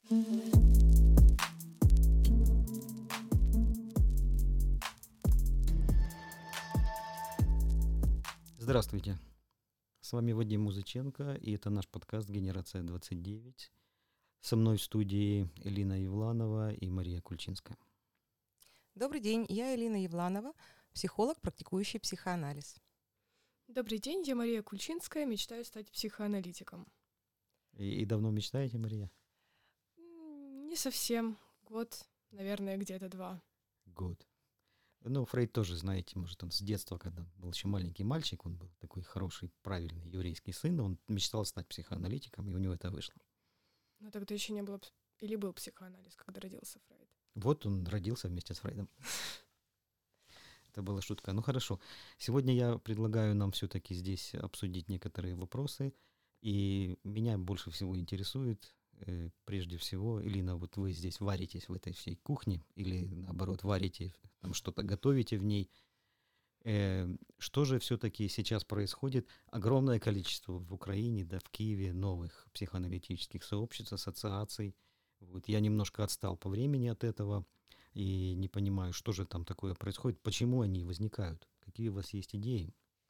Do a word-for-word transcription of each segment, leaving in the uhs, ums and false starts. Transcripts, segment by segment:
Здравствуйте, с вами Вадим Музыченко, и это наш подкаст «Генерация двадцать девять». Со мной в студии Элина Евланова и Мария Кульчинская. Добрый день, я Элина Евланова, психолог, практикующий психоанализ. Добрый день, я Мария Кульчинская, мечтаю стать психоаналитиком. И, и давно мечтаете, Мария? М, Не совсем. Год, наверное, где-то два. Год. Ну, Фрейд тоже, знаете, может, он с детства, когда был еще маленький мальчик, он был такой хороший, правильный еврейский сын, он мечтал стать психоаналитиком, и у него это вышло. Но тогда еще не было... пс- Или был психоанализ, когда родился Фрейд. Вот он родился вместе с Фрейдом. Это была шутка. Ну хорошо. Сегодня я предлагаю нам все-таки здесь обсудить некоторые вопросы. И меня больше всего интересует, э, прежде всего, Элина, вот вы здесь варитесь в этой всей кухне, или наоборот варите, там что-то готовите в ней. Э, что же все-таки сейчас происходит? Огромное количество в Украине, да, в Киеве новых психоаналитических сообществ, ассоциаций. Вот я немножко отстал по времени от этого и не понимаю, что же там такое происходит, почему они возникают, какие у вас есть идеи.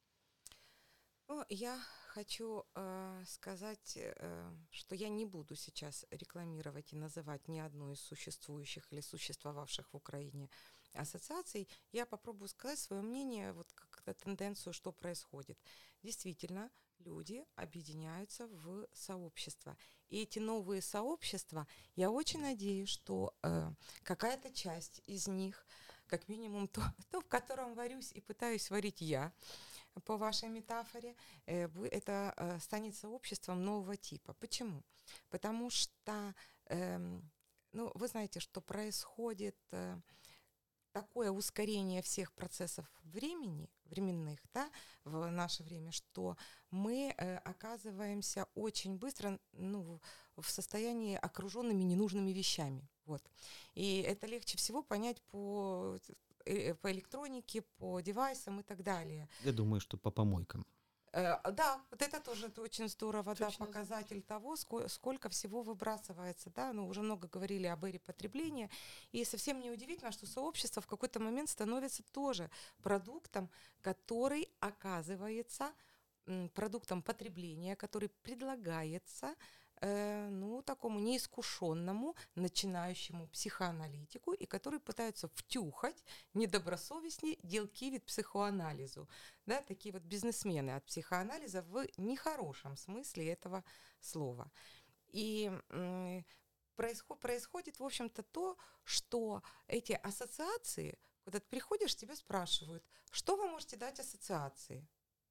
Ну, я хочу э, сказать, э, что я не буду сейчас рекламировать и называть ни одну из существующих или существовавших в Украине ассоциаций. Я попробую сказать свое мнение, вот как-то тенденцию, что происходит. Действительно, люди объединяются в сообщества. И эти новые сообщества, я очень надеюсь, что э, какая-то часть из них, как минимум то, то, в котором варюсь и пытаюсь варить я, по вашей метафоре, э, бу- это э, станет сообществом нового типа. Почему? Потому что, эм, ну, вы знаете, что происходит э, такое ускорение всех процессов времени, временных, да, в наше время, что мы э, оказываемся очень быстро, ну, в в состоянии окруженными ненужными вещами. Вот. И это легче всего понять по, э, по электронике, по девайсам и так далее. Я думаю, что по помойкам. Э, Да, вот это тоже т- очень здорово, да, Точно показатель того, ско- сколько всего выбрасывается, да, ну, уже много говорили об эре потребления, и совсем не удивительно, что сообщество в какой-то момент становится тоже продуктом, который оказывается м, продуктом потребления, который предлагается э, ну, такому неискушенному начинающему психоаналитику, и который пытаются втюхать недобросовестнее делки вид психоанализу, да, такие вот бизнесмены от психоанализа в нехорошем смысле этого слова. И м, происход- происходит, в общем-то, то, что эти ассоциации, когда ты приходишь, тебя спрашивают, что вы можете дать ассоциации,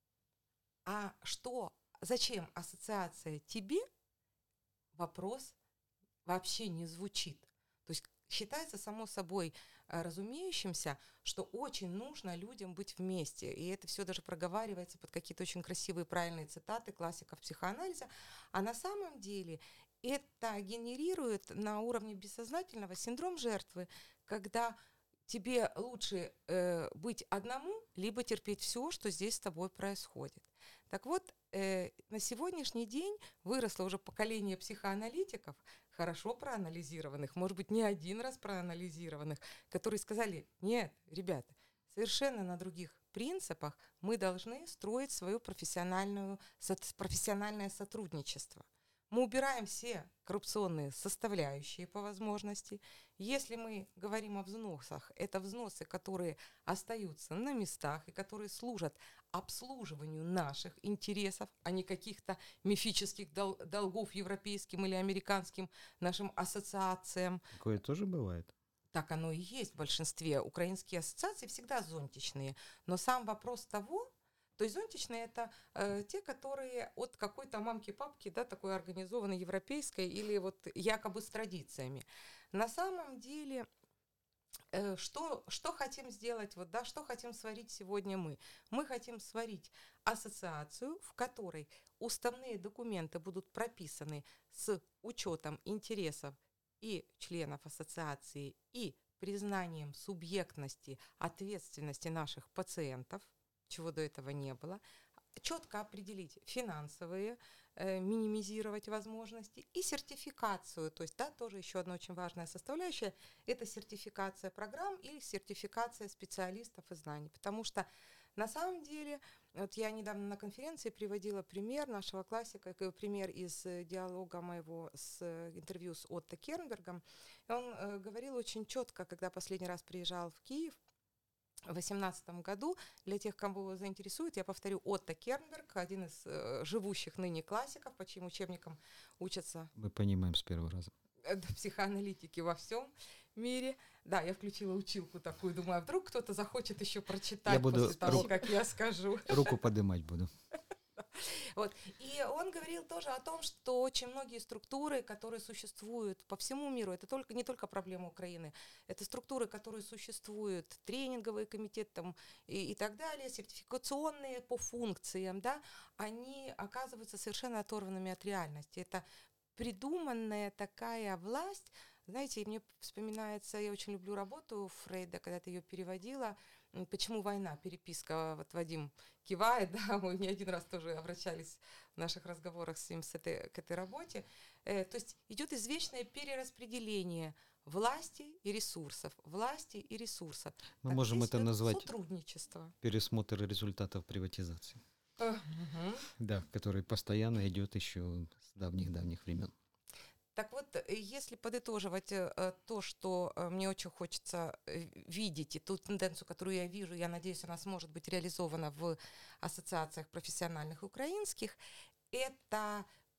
а что, зачем ассоциация тебе, вопрос вообще не звучит. То есть считается само собой э, разумеющимся, что очень нужно людям быть вместе. И это все даже проговаривается под какие-то очень красивые правильные цитаты классиков психоанализа. А на самом деле это генерирует на уровне бессознательного синдром жертвы, когда тебе лучше э, быть одному, либо терпеть все, что здесь с тобой происходит. Так вот, э, на сегодняшний день выросло уже поколение психоаналитиков, хорошо проанализированных, может быть, не один раз проанализированных, которые сказали, нет, ребята, совершенно на других принципах мы должны строить свое профессиональную, со- профессиональное сотрудничество. Мы убираем все коррупционные составляющие по возможности. Если мы говорим о взносах, это взносы, которые остаются на местах и которые служат обслуживанию наших интересов, а не каких-то мифических дол- долгов европейским или американским нашим ассоциациям. Такое тоже бывает? Так оно и есть в большинстве. Украинские ассоциации всегда зонтичные. Но сам вопрос того, то есть зонтичные это э, те, которые от какой-то мамки-папки, да, такой организованной европейской или вот якобы с традициями. На самом деле, э, что, что хотим сделать, вот, да, что хотим сварить сегодня мы? Мы хотим сварить ассоциацию, в которой уставные документы будут прописаны с учетом интересов и членов ассоциации, и признанием субъектности, ответственности наших пациентов, чего до этого не было. четко определить финансовые, э, минимизировать возможности и сертификацию. То есть, да, тоже еще одна очень важная составляющая – это сертификация программ или сертификация специалистов и знаний. Потому что на самом деле, вот я недавно на конференции приводила пример нашего классика, пример из диалога моего с интервью с Отто Кернбергом. И он э, говорил очень четко, когда последний раз приезжал в Киев, в две тысячи восемнадцатом году, для тех, кого его заинтересует, я повторю, Отто Кернберг, один из э, живущих ныне классиков, по чьим учебникам учатся Мы понимаем с первого раза. э, психоаналитики во всем мире. Да, я включила училку такую, думаю, а вдруг кто-то захочет еще прочитать Я буду после того, ру- как я скажу. Руку поднимать буду. Вот. И он говорил тоже о том, что очень многие структуры, которые существуют по всему миру, это только, не только проблема Украины, это структуры, которые существуют, тренинговые комитеты там, и, и так далее, сертификационные по функциям, да, они оказываются совершенно оторванными от реальности. Это придуманная такая власть. Знаете, мне вспоминается, я очень люблю работу Фрейда, когда ты ее переводила, «Почему война?» Переписка, вот Вадим кивает, да, мы не один раз тоже обращались в наших разговорах с ним с этой, к этой работе. Э, то есть идет извечное перераспределение власти и ресурсов, власти и ресурсов. Мы Так можем здесь это идет назвать сотрудничество. пересмотр результатов приватизации. Э, мгм. Да, который постоянно идет еще с давних-давних времен. Так вот, э, если подытоживать э, то, что э, мне очень хочется э, видеть, и ту тенденцию, которую я вижу, я надеюсь, она сможет быть реализована в ассоциациях профессиональных украинских, это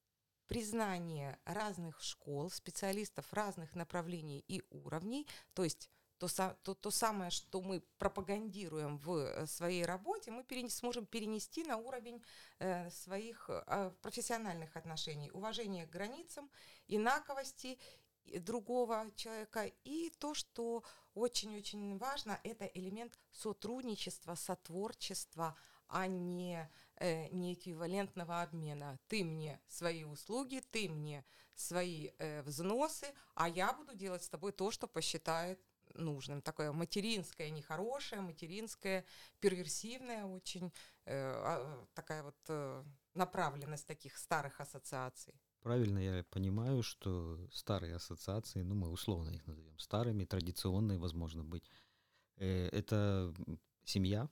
признание разных школ, специалистов разных направлений и уровней, то есть то, са- то, то самое, что мы пропагандируем в э, своей работе, мы перенес- сможем перенести на уровень э, своих э, профессиональных отношений, уважения к границам, инаковости и другого человека. И то, что очень-очень важно, это элемент сотрудничества, сотворчества, а не, э, не эквивалентного обмена. Ты мне свои услуги, ты мне свои э, взносы, а я буду делать с тобой то, что посчитает нужным. Такое материнское, нехорошее, материнское, перверсивное очень, э, а, такая вот э, направленность таких старых ассоциаций. Правильно я понимаю, что старые ассоциации, ну мы условно их назовем старыми, традиционные, возможно быть, э, это м, семья,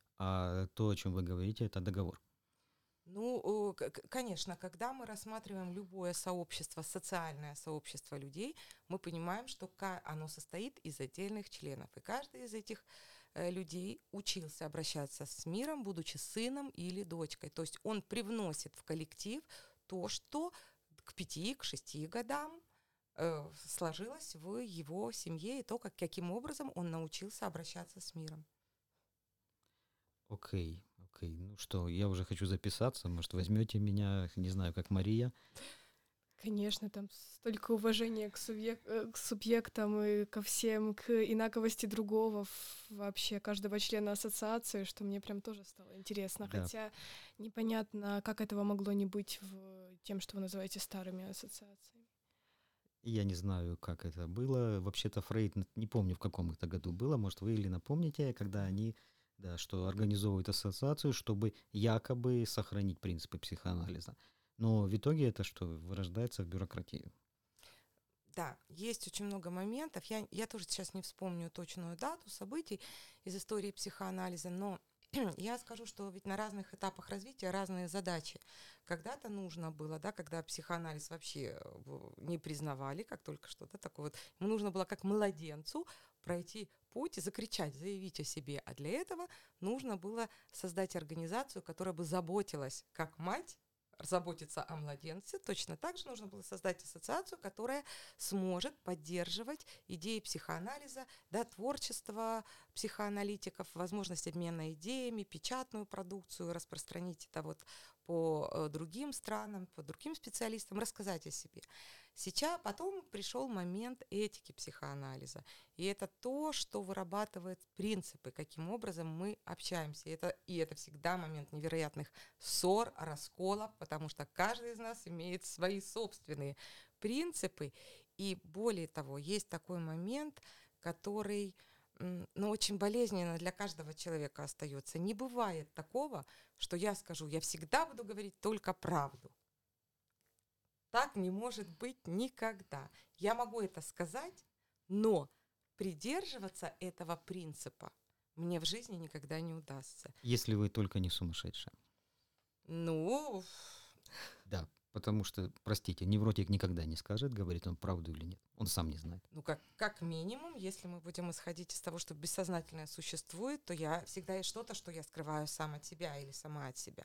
а то, о чем вы говорите, это договор. Ну, о, к- к- конечно, когда мы рассматриваем любое сообщество, социальное сообщество людей, мы понимаем, что ка- оно состоит из отдельных членов. И каждый из этих э, людей учился обращаться с миром, будучи сыном или дочкой. То есть он привносит в коллектив то, что к пяти, к шести годам э, сложилось в его семье, и то, как, каким образом он научился обращаться с миром. Окей, окей. Ну что, я уже хочу записаться. Может, возьмете меня, не знаю, как Мария. Конечно, там столько уважения к, субъек- э, к субъектам и ко всем, к инаковости другого, ф- вообще каждого члена ассоциации, что мне прям тоже стало интересно. Да. Хотя непонятно, как этого могло не быть в тем, что вы называете старыми ассоциациями. Я не знаю, как это было. Вообще-то Фрейд, н- не помню, в каком это году было, может, вы или напомните, когда они, да, что организовывают ассоциацию, чтобы якобы сохранить принципы психоанализа. Но в итоге это что, вырождается в бюрократию. Да, есть очень много моментов. Я, я тоже сейчас не вспомню точную дату событий из истории психоанализа, но я скажу, что ведь на разных этапах развития разные задачи. Когда-то нужно было, да, когда психоанализ вообще э, в- не признавали, как только что-то такое вот, ему нужно было как младенцу пройти путь и закричать, заявить о себе. А для этого нужно было создать организацию, которая бы заботилась, как мать, заботиться о младенце, точно так же нужно было создать ассоциацию, которая сможет поддерживать идеи психоанализа, да, творчество психоаналитиков, возможность обмена идеями, печатную продукцию, распространить это вот по э, другим странам, по другим специалистам, рассказать о себе. Сейчас потом пришел момент этики психоанализа, и это то, что вырабатывает принципы, каким образом мы общаемся. И это, и это всегда момент невероятных ссор, расколов, потому что каждый из нас имеет свои собственные принципы. И более того, есть такой момент, который м, но очень болезненно для каждого человека остается. Не бывает такого, что я скажу, я всегда буду говорить только правду. Так не может быть никогда. Я могу это сказать, но придерживаться этого принципа мне в жизни никогда не удастся. Если вы только не сумасшедшая. Ну, Да, потому что, простите, невротик никогда не скажет, говорит он правду или нет. Он сам не знает. ну как, как минимум, если мы будем исходить из того, что бессознательное существует, то я всегда есть что-то, что я скрываю сам от себя или сама от себя.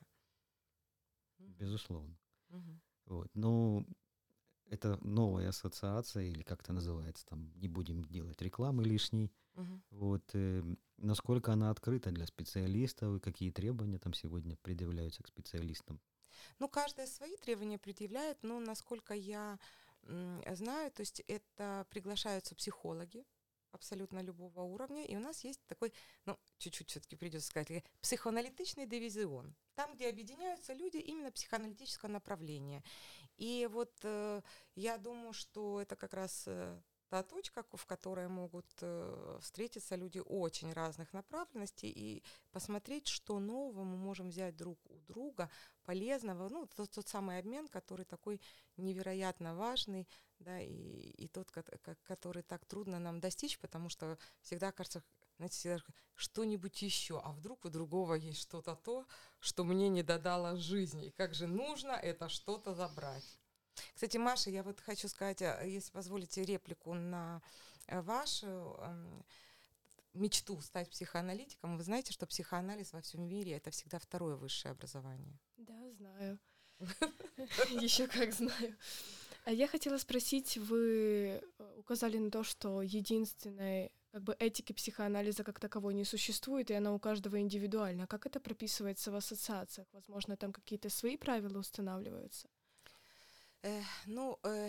Безусловно. Мгм. Вот. Но это новая ассоциация, или как это называется, там, не будем делать рекламы лишней. Мгм. Вот, э, насколько она открыта для специалистов, и какие требования там сегодня предъявляются к специалистам? Ну, каждая свои требования предъявляет, но, насколько я м, знаю, то есть это приглашаются психологи абсолютно любого уровня, и у нас есть такой, ну, чуть-чуть все-таки придется сказать, э, психоаналитичный дивизион, там, где объединяются люди именно психоаналитического направления. И вот э, я думаю, что это как раз э, та точка, ку- в которой могут э, встретиться люди очень разных направленностей и посмотреть, что нового мы можем взять друг у друга, полезного, ну, тот, тот самый обмен, который такой невероятно важный, да, и, и тот, кот- ко- который так трудно нам достичь, потому что всегда кажется, знаете, всегда что-нибудь еще, а вдруг у другого есть что-то то, что мне не додало жизни, и как же нужно это что-то забрать. Кстати, Маша, я вот хочу сказать, а, если позволите реплику на э, вашу эм, мечту стать психоаналитиком. Вы знаете, что психоанализ во всем мире — это всегда второе высшее образование. Да, знаю. Еще как знаю. А я хотела спросить, вы э, указали на то, что единственной как бы этики психоанализа как таковой не существует, и она у каждого индивидуальна. А как это прописывается в ассоциациях? Возможно, там какие-то свои правила устанавливаются? Э, ну, э,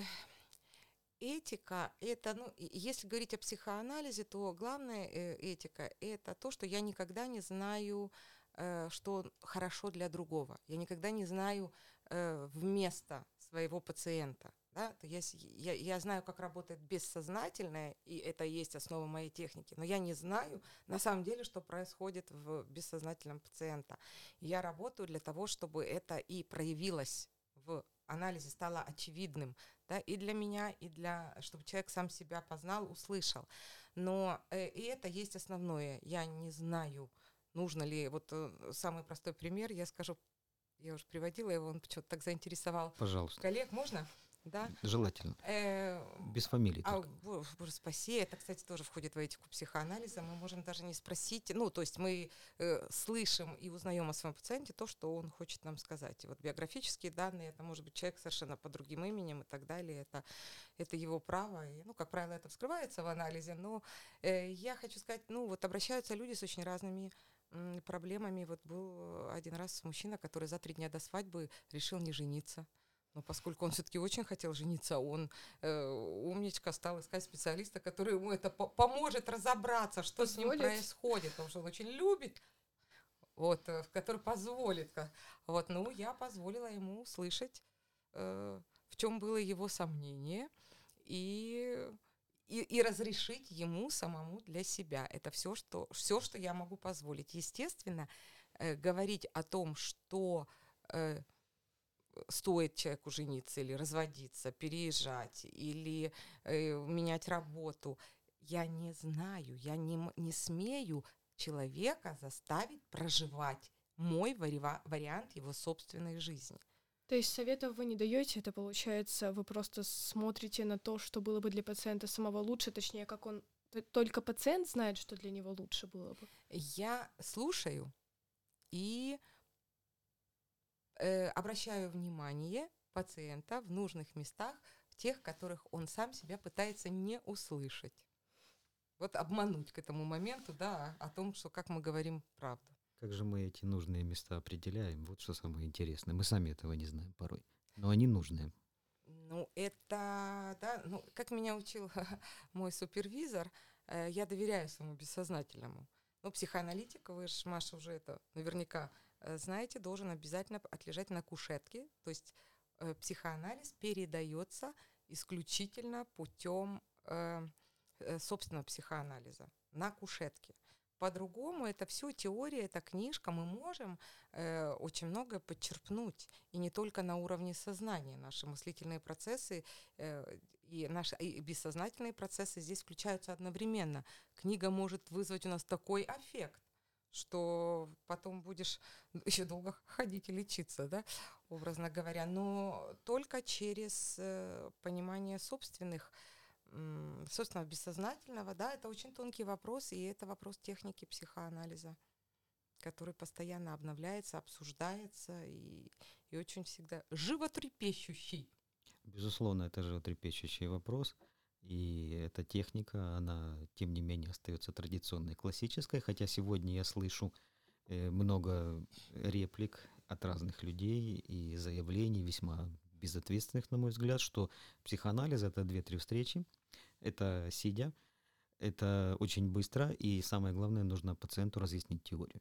этика — это, ну, и- если говорить о психоанализе, то главная э, этика — это то, что я никогда не знаю, э, что хорошо для другого. Я никогда не знаю э, вместо своего пациента. Да? То есть я, я знаю, как работает бессознательное, и это и есть основа моей техники, но я не знаю на самом деле, что происходит в бессознательном пациента. И я работаю для того, чтобы это и проявилось в анализе, стало очевидным, да, и для меня, и для, чтобы человек сам себя познал, услышал. Но э, и это есть основное. Я не знаю, нужно ли, вот э, самый простой пример, я скажу, я уже приводила его, он почему-то так заинтересовал Пожалуйста. коллег, можно? Да. Желательно. Э, Без фамилии а, только. бо- боже спаси, это, кстати, тоже входит в этику психоанализа. Мы можем даже не спросить, ну, то есть мы э, слышим и узнаем о своем пациенте то, что он хочет нам сказать. И вот биографические данные, это может быть человек совершенно под другим именем и так далее. Это, это его право. И, ну, как правило, это вскрывается в анализе. Но э, я хочу сказать, ну, вот обращаются люди с очень разными м, проблемами. Вот был один раз мужчина, который за три дня до свадьбы решил не жениться. Но поскольку он все-таки очень хотел жениться, он, э, умничка, стал искать специалиста, который ему это по- поможет разобраться, что с ним Позволит? происходит, потому что он очень любит, вот, э, который позволит. ка- Вот, ну, я позволила ему услышать, э, в чем было его сомнение, и, и, и разрешить ему самому для себя. Это все, что, все, что я могу позволить. Естественно, э, говорить о том, что... э, стоит человеку жениться или разводиться, переезжать или э, менять работу. Я не знаю, я не, м- не смею человека заставить проживать мой вариа- вариант его собственной жизни. То есть советов вы не даете, это получается, вы просто смотрите на то, что было бы для пациента самого лучше, точнее, как он т- только пациент знает, что для него лучше было бы. Я слушаю и э, обращаю внимание пациента в нужных местах, в тех, которых он сам себя пытается не услышать. Вот обмануть к этому моменту, да, о том, что как мы говорим правду. Как же мы эти нужные места определяем? Вот что самое интересное. Мы сами этого не знаем порой. Но они нужные. Ну, это, да, ну, как меня учил мой супервизор, э, я доверяю своему бессознательному. Ну, психоаналитик, вы же, Маша, уже это наверняка э, знаете, должен обязательно отлежать на кушетке. То есть э, психоанализ передается исключительно путем э, э, собственного психоанализа. на кушетке. По-другому это все теория, это книжка, мы можем э, очень многое подчерпнуть, и не только на уровне сознания. Наши мыслительные процессы э, и наши и бессознательные процессы здесь включаются одновременно. Книга может вызвать у нас такой аффект, что потом будешь еще долго ходить и лечиться, да, образно говоря, но только через э, понимание собственных собственного бессознательного, да, это очень тонкий вопрос, и это вопрос техники психоанализа, который постоянно обновляется, обсуждается и, и очень всегда животрепещущий. Безусловно, это животрепещущий вопрос, и эта техника, она, тем не менее, остается традиционной, классической, хотя сегодня я слышу э, много реплик от разных людей и заявлений весьма безответственных, на мой взгляд, что психоанализ — это две-три встречи, это сидя, это очень быстро, и самое главное, нужно пациенту разъяснить теорию.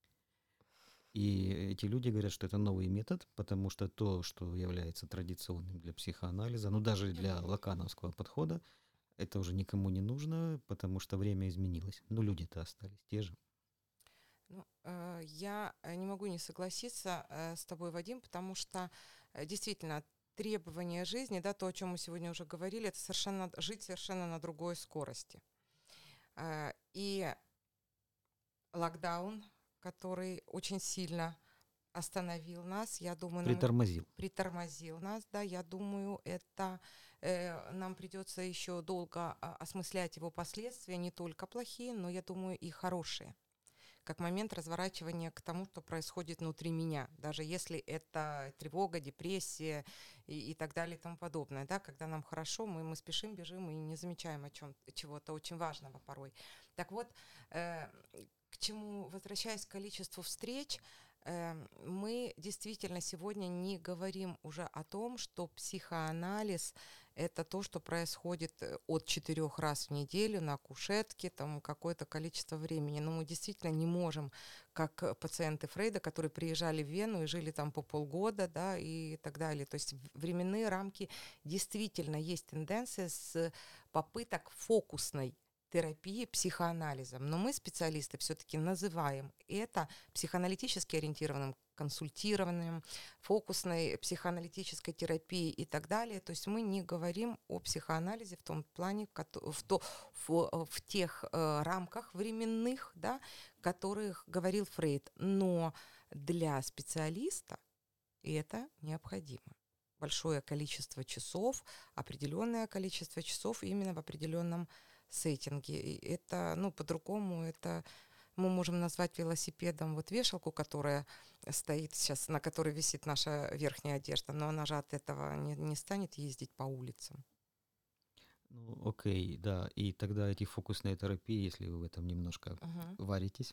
И эти люди говорят, что это новый метод, потому что то, что является традиционным для психоанализа, ну даже для лакановского подхода, это уже никому не нужно, потому что время изменилось. Но люди-то остались те же. Ну, э, я не могу не согласиться э, с тобой, Вадим, потому что э, действительно требования жизни, да, то, о чем мы сегодня уже говорили, это совершенно жить совершенно на другой скорости. Э, и локдаун, который очень сильно остановил нас, я думаю, нам Притормозил. притормозил нас, да, я думаю, это э, нам придется еще долго а, осмыслять его последствия, не только плохие, но, я думаю, и хорошие, как момент разворачивания к тому, что происходит внутри меня, даже если это тревога, депрессия и, и так далее и тому подобное, да, когда нам хорошо, мы, мы спешим, бежим и не замечаем о чем, чего-то очень важного порой. Так вот, э, к чему, возвращаясь к количеству встреч, э, мы действительно сегодня не говорим уже о том, что психоанализ — это то, что происходит от четырех раз в неделю на кушетке, там какое-то количество времени. Но мы действительно не можем, как пациенты Фрейда, которые приезжали в Вену и жили там по полгода, да, и так далее. То есть временные рамки действительно есть тенденция с попыток фокусной терапии психоанализом. Но мы, специалисты, все-таки называем это психоаналитически ориентированным, консультированным, фокусной психоаналитической терапией и так далее. То есть мы не говорим о психоанализе в том плане, в, то, в, в тех э, рамках временных, да, которых говорил Фрейд. Но для специалиста это необходимо. Большое количество часов, определенное количество часов именно в определенном сеттинге. И это, ну, по-другому, это мы можем назвать велосипедом вот вешалку, которая стоит сейчас, на которой висит наша верхняя одежда, но она же от этого не, не станет ездить по улицам. Ну, окей, да. И тогда эти фокусные терапии, если вы в этом немножко Uh-huh. варитесь,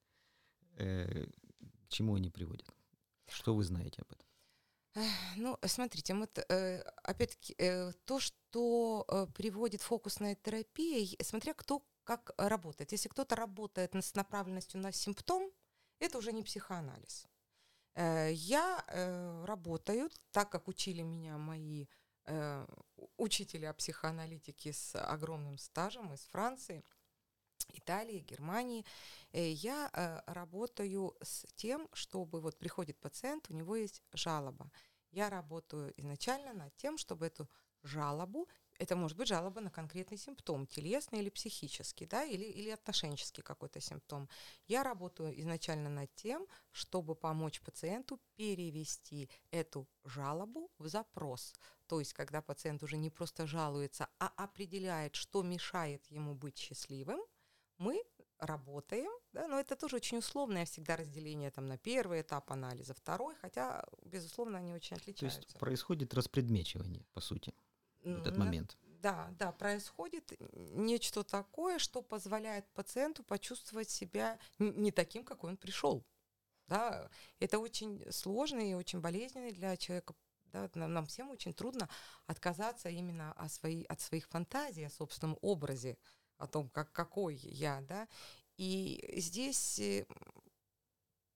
э, к чему они приводят? Что вы знаете об этом? Ну, смотрите, мы, э, опять-таки, э, то, что э, приводит фокусная терапия, смотря кто как работает. Если кто-то работает с направленностью на симптом, это уже не психоанализ. Э, я э, работаю, так как учили меня мои э, учителя психоаналитики с огромным стажем из Франции, Италии, Германии. Я э, работаю с тем, чтобы вот приходит пациент, у него есть жалоба. Я работаю изначально над тем, чтобы эту жалобу, это может быть жалоба на конкретный симптом, телесный или психический, да, или, или отношенческий какой-то симптом. Я работаю изначально над тем, чтобы помочь пациенту перевести эту жалобу в запрос. То есть, когда пациент уже не просто жалуется, а определяет, что мешает ему быть счастливым, мы работаем, да, но это тоже очень условное всегда разделение там, на первый этап анализа, второй, хотя, безусловно, они очень отличаются. То есть происходит распредмечивание, по сути, в этот момент. Да, да, происходит нечто такое, что позволяет пациенту почувствовать себя не таким, какой он пришел. Да, это очень сложный и очень болезненный для человека. Да, нам, нам всем очень трудно отказаться именно от, своей, от своих фантазий, о собственном образе, о том, как, какой я, да, и здесь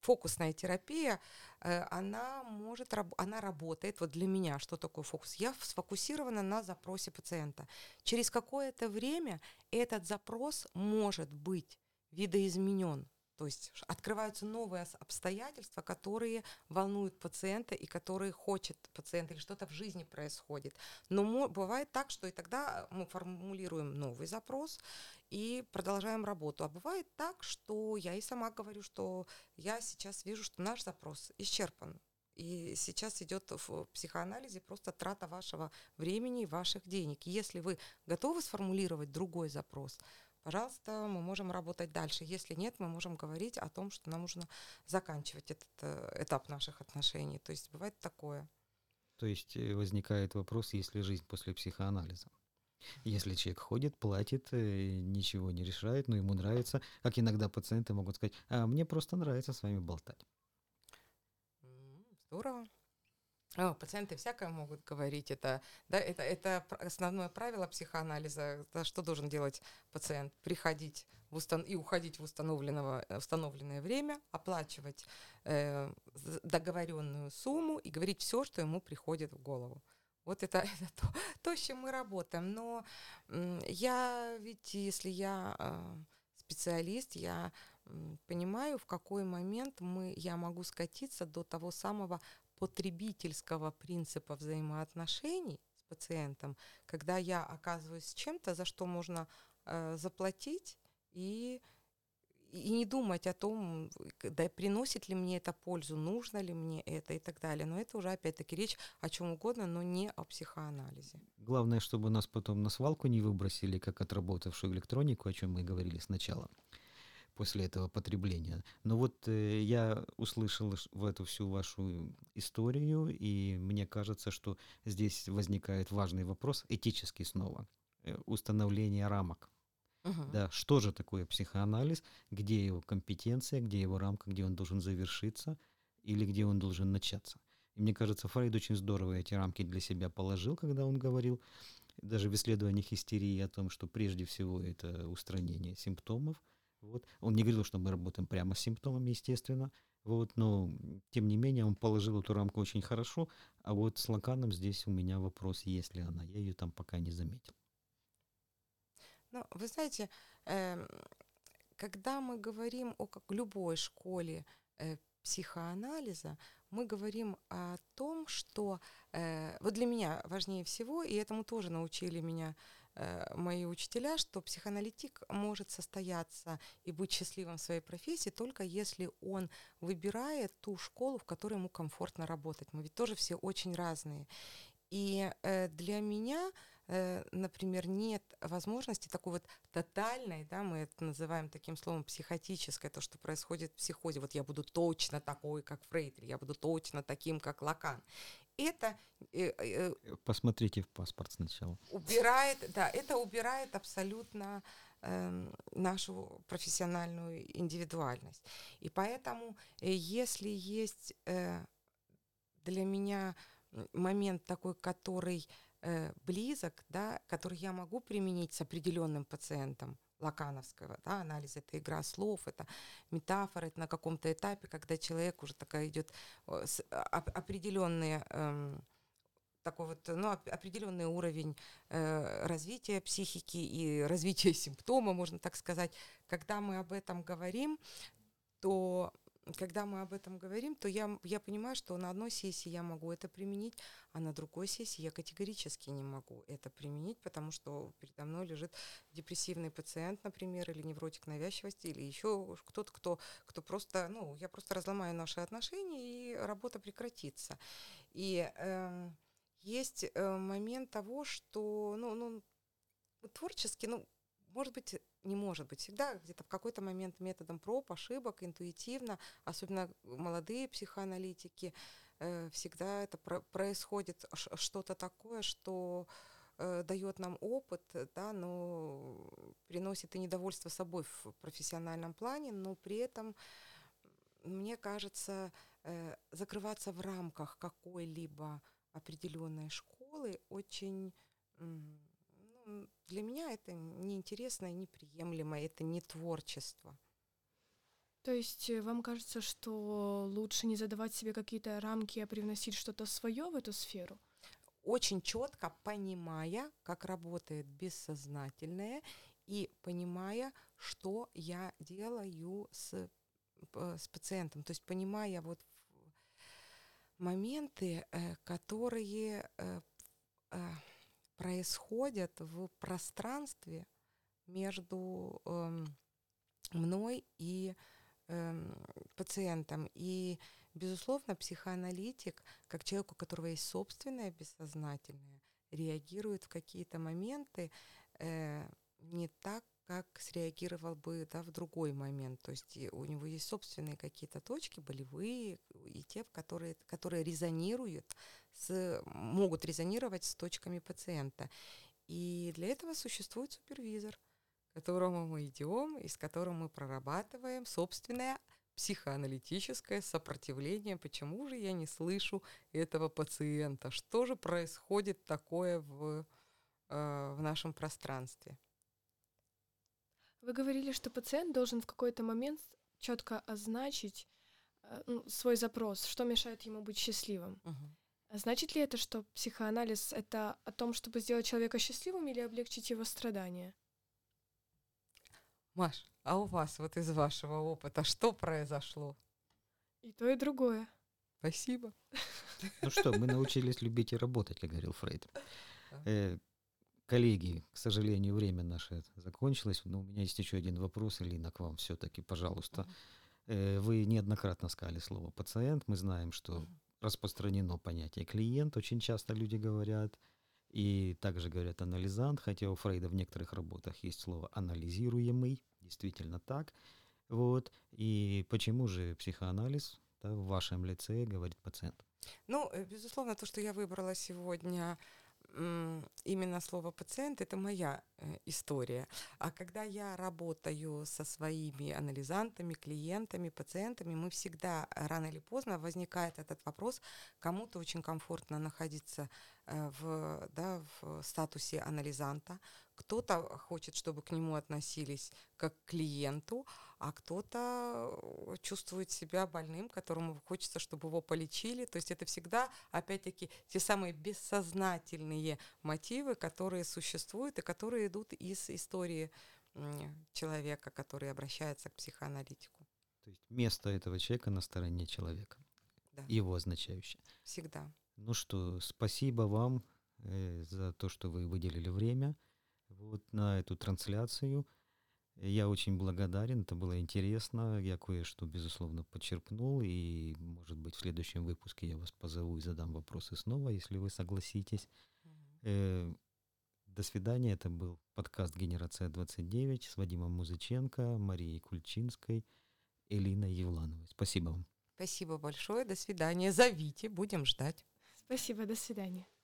фокусная терапия, э, она может, раб- она работает. Вот для меня что такое фокус? Я сфокусирована на запросе пациента. Через какое-то время этот запрос может быть видоизменен. То есть ш- открываются новые ос- обстоятельства, которые волнуют пациента и которые хочет пациент, или что-то в жизни происходит. Но мо- бывает так, что и тогда мы формулируем новый запрос и продолжаем работу. А бывает так, что я и сама говорю, что я сейчас вижу, что наш запрос исчерпан. И сейчас идет в психоанализе просто трата вашего времени и ваших денег. Если вы готовы сформулировать другой запрос, пожалуйста, мы можем работать дальше. Если нет, мы можем говорить о том, что нам нужно заканчивать этот э, этап наших отношений. То есть бывает такое. То есть э, возникает вопрос, есть ли жизнь после психоанализа. Если человек ходит, платит, э, ничего не решает, но ему нравится, как иногда пациенты могут сказать, а мне просто нравится с вами болтать. М, Здорово. О, пациенты всякое могут говорить. Это, да, это, это пр- основное правило психоанализа. Да, что должен делать пациент? Приходить в устан- и уходить в установленного, э, установленное время, оплачивать э, з- договоренную сумму и говорить все, что ему приходит в голову. Вот это, это то, то, с чем мы работаем. Но м, я ведь, если я э, специалист, я м, понимаю, в какой момент мы, я могу скатиться до того самого потребительского принципа взаимоотношений с пациентом, когда я оказываюсь с чем-то, за что можно э, заплатить и, и не думать о том, к- да, приносит ли мне это пользу, нужно ли мне это и так далее. Но это уже опять-таки речь о чем угодно, но не о психоанализе. Главное, чтобы нас потом на свалку не выбросили, как отработавшую электронику, о чем мы говорили сначала, после этого потребления. Но вот э, я услышал ш- в эту всю вашу историю, и мне кажется, что здесь возникает важный вопрос, этический снова, э, установление рамок. Мгм. Да, что же такое психоанализ, где его компетенция, где его рамка, где он должен завершиться или где он должен начаться. И мне кажется, Фрейд очень здорово эти рамки для себя положил, когда он говорил, даже в исследованиях истерии, о том, что прежде всего это устранение симптомов. Вот. Он не говорил, что мы работаем прямо с симптомами, естественно, вот, но тем не менее он положил эту рамку очень хорошо, а вот с Лаканом здесь у меня вопрос, есть ли она, я ее там пока не заметил. Ну, вы знаете, эм, когда мы говорим о как любой школе э, психоанализа, мы говорим о том, что э, вот для меня важнее всего, и этому тоже научили меня э, мои учителя, что психоаналитик может состояться и быть счастливым в своей профессии только если он выбирает ту школу, в которой ему комфортно работать. Мы ведь тоже все очень разные. И э, для меня, э, например, нет возможности такой вот тотальной, да, мы это называем таким словом психотическое, то, что происходит в психозе. Вот я буду точно такой, как Фрейд, или я буду точно таким, как Лакан. Это э, э, Э, Посмотрите в паспорт сначала. убирает, да, это убирает абсолютно эм, нашу профессиональную индивидуальность. И поэтому, э, если есть э, для меня м, момент такой, который э, близок, да, который я могу применить с определенным пациентом лакановского, да, анализ — это игра слов, это метафоры, это на каком-то этапе, когда человек уже такая идет э, с- а- оп- определенные эм, такой вот, ну, оп- определенный уровень э, развития психики и развития симптома, можно так сказать. Когда мы об этом говорим, то когда мы об этом говорим, то я, м- я понимаю, что на одной сессии я могу это применить, а на другой сессии я категорически не могу это применить, потому что передо мной лежит депрессивный пациент, например, или невротик навязчивости, или еще кто-то, кто, кто просто, ну, я просто разломаю наши отношения, и работа прекратится. И эм, есть э, момент того, что, ну, ну, творчески, ну, может быть, не может быть, всегда где-то в какой-то момент методом проб, ошибок, интуитивно, особенно молодые психоаналитики, э, всегда это про- происходит ш- что-то такое, что э, дает нам опыт, э, да, но приносит и недовольство собой в профессиональном плане, но при этом, мне кажется, э, закрываться в рамках какой-либо определенной школы очень, м, ну, для меня это неинтересно и неприемлемо, это не творчество. То есть э, вам кажется, что лучше не задавать себе какие-то рамки, а привносить что-то свое в эту сферу? Очень четко понимая, как работает бессознательное, и понимая, что я делаю с, п- с пациентом. То есть понимая вот моменты, э, которые э, э, происходят в пространстве между эм, мной и эм, пациентом. И, безусловно, психоаналитик, как человек, у которого есть собственное бессознательное, реагирует в какие-то моменты э, не так, как среагировал бы, да, в другой момент. То есть и у него есть собственные какие-то точки болевые и те, в которые, которые резонируют с, могут резонировать с точками пациента. И для этого существует супервизор, к которому мы идем и с которым мы прорабатываем собственное психоаналитическое сопротивление. Почему же я не слышу этого пациента? Что же происходит такое в, э, в нашем пространстве? Вы говорили, что пациент должен в какой-то момент четко означить э, ну, свой запрос, что мешает ему быть счастливым. Мгм. А значит ли это, что психоанализ — это о том, чтобы сделать человека счастливым или облегчить его страдания? Маш, а у вас вот из вашего опыта что произошло? И то, и другое. Спасибо. Ну что, мы научились любить и работать, как говорил Фрейд. Да. Э, Коллеги, к сожалению, время наше закончилось, но у меня есть еще один вопрос, Элина, к вам все-таки, пожалуйста. Мгм. Э, Вы неоднократно сказали слово «пациент». Мы знаем, что Мгм. распространено понятие «клиент», очень часто люди говорят, и также говорят «анализант», хотя у Фрейда в некоторых работах есть слово «анализируемый», действительно так. Вот. И почему же психоанализ, да, в вашем лице говорит пациент? Ну, э, безусловно, то, что я выбрала сегодня м, именно слово пациент, это моя э, история. А когда я работаю со своими анализантами, клиентами, пациентами, мы всегда э, рано или поздно возникает этот вопрос. Кому-то очень комфортно находиться э, в, да, в статусе анализанта, кто-то хочет, чтобы к нему относились как к клиенту, а кто-то э, чувствует себя больным, которому хочется, чтобы его полечили. То есть это всегда, опять-таки, те самые бессознательные мотивы, которые существуют и которые идут из истории м, человека, который обращается к психоаналитику. То есть место этого человека на стороне человека, Да, его означающее. всегда. Ну что, спасибо вам э, за то, что вы выделили время вот на эту трансляцию. Я очень благодарен, это было интересно. Я кое-что, безусловно, подчеркнул, и, может быть, в следующем выпуске я вас позову и задам вопросы снова, если вы согласитесь. Мгм. Э, До свидания. Это был подкаст «Генерация двадцать девять» с Вадимом Музыченко, Марией Кульчинской, Элиной Евлановой. Спасибо вам. Спасибо большое. До свидания. Зовите, будем ждать. Спасибо, до свидания.